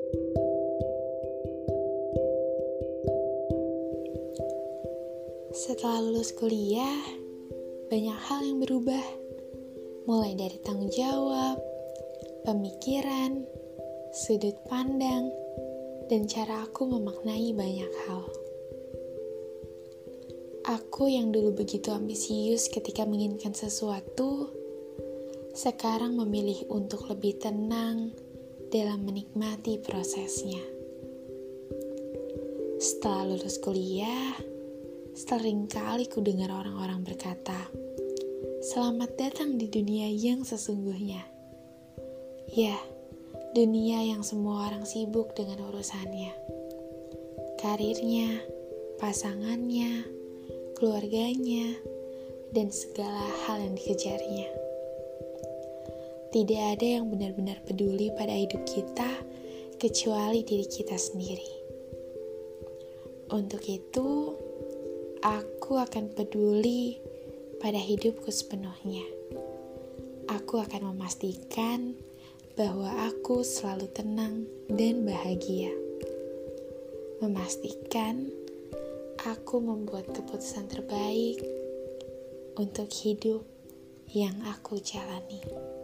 Setelah lulus kuliah, banyak hal yang berubah. Mulai dari tanggung jawab, pemikiran, sudut pandang, dan cara aku memaknai banyak hal. Aku yang dulu begitu ambisius ketika menginginkan sesuatu, sekarang memilih untuk lebih tenang dalam menikmati prosesnya. Setelah lulus kuliah, seringkali ku dengar orang-orang berkata, "Selamat datang di dunia yang sesungguhnya." Ya, dunia yang semua orang sibuk dengan urusannya. Karirnya, pasangannya, keluarganya, dan segala hal yang dikejarnya. Tidak ada yang benar-benar peduli pada hidup kita kecuali diri kita sendiri. Untuk itu, aku akan peduli pada hidupku sepenuhnya. Aku akan memastikan bahwa aku selalu tenang dan bahagia. Memastikan aku membuat keputusan terbaik untuk hidup yang aku jalani.